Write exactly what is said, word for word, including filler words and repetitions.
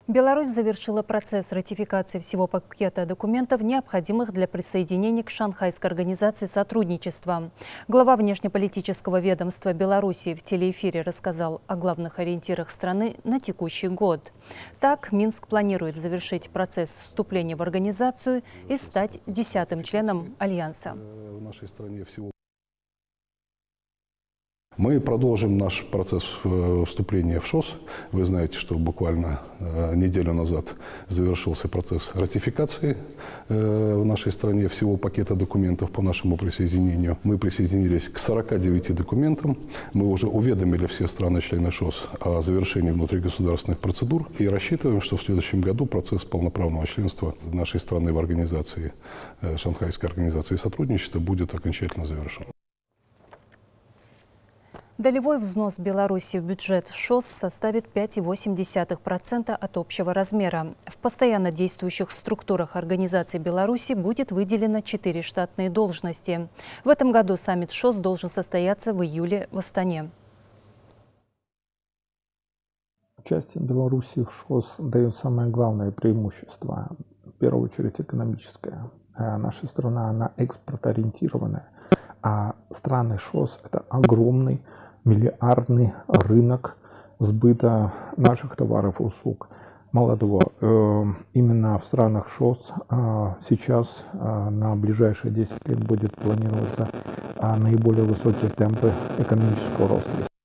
Беларусь завершила процесс ратификации всего пакета документов, необходимых для присоединения к Шанхайской организации сотрудничества. Глава внешнеполитического ведомства Беларуси в телеэфире рассказал о главных ориентирах страны на текущий год. Так, Минск планирует завершить процесс вступления в организацию и стать десятым членом Альянса. В нашей стране всего Мы продолжим наш процесс вступления в ШОС. Вы знаете, что буквально неделю назад завершился процесс ратификации в нашей стране всего пакета документов по нашему присоединению. Мы присоединились к сорока девяти документам. Мы уже уведомили все страны-члены ШОС о завершении внутригосударственных процедур и рассчитываем, что в следующем году процесс полноправного членства нашей страны в организации, Шанхайской организации сотрудничества, будет окончательно завершен. Долевой взнос Беларуси в бюджет ШОС составит пять целых восемь десятых процента от общего размера. В постоянно действующих структурах организации Беларуси будет выделено четыре штатные должности. В этом году саммит ШОС должен состояться в июле в Астане. Участие Беларуси в ШОС дает самое главное преимущество, в первую очередь экономическое. Наша страна, она экспортоориентированная, а страны ШОС – это огромный миллиардный рынок сбыта наших товаров и услуг. Мало того, именно в странах ШОС сейчас на ближайшие десять лет будет планироваться наиболее высокие темпы экономического роста.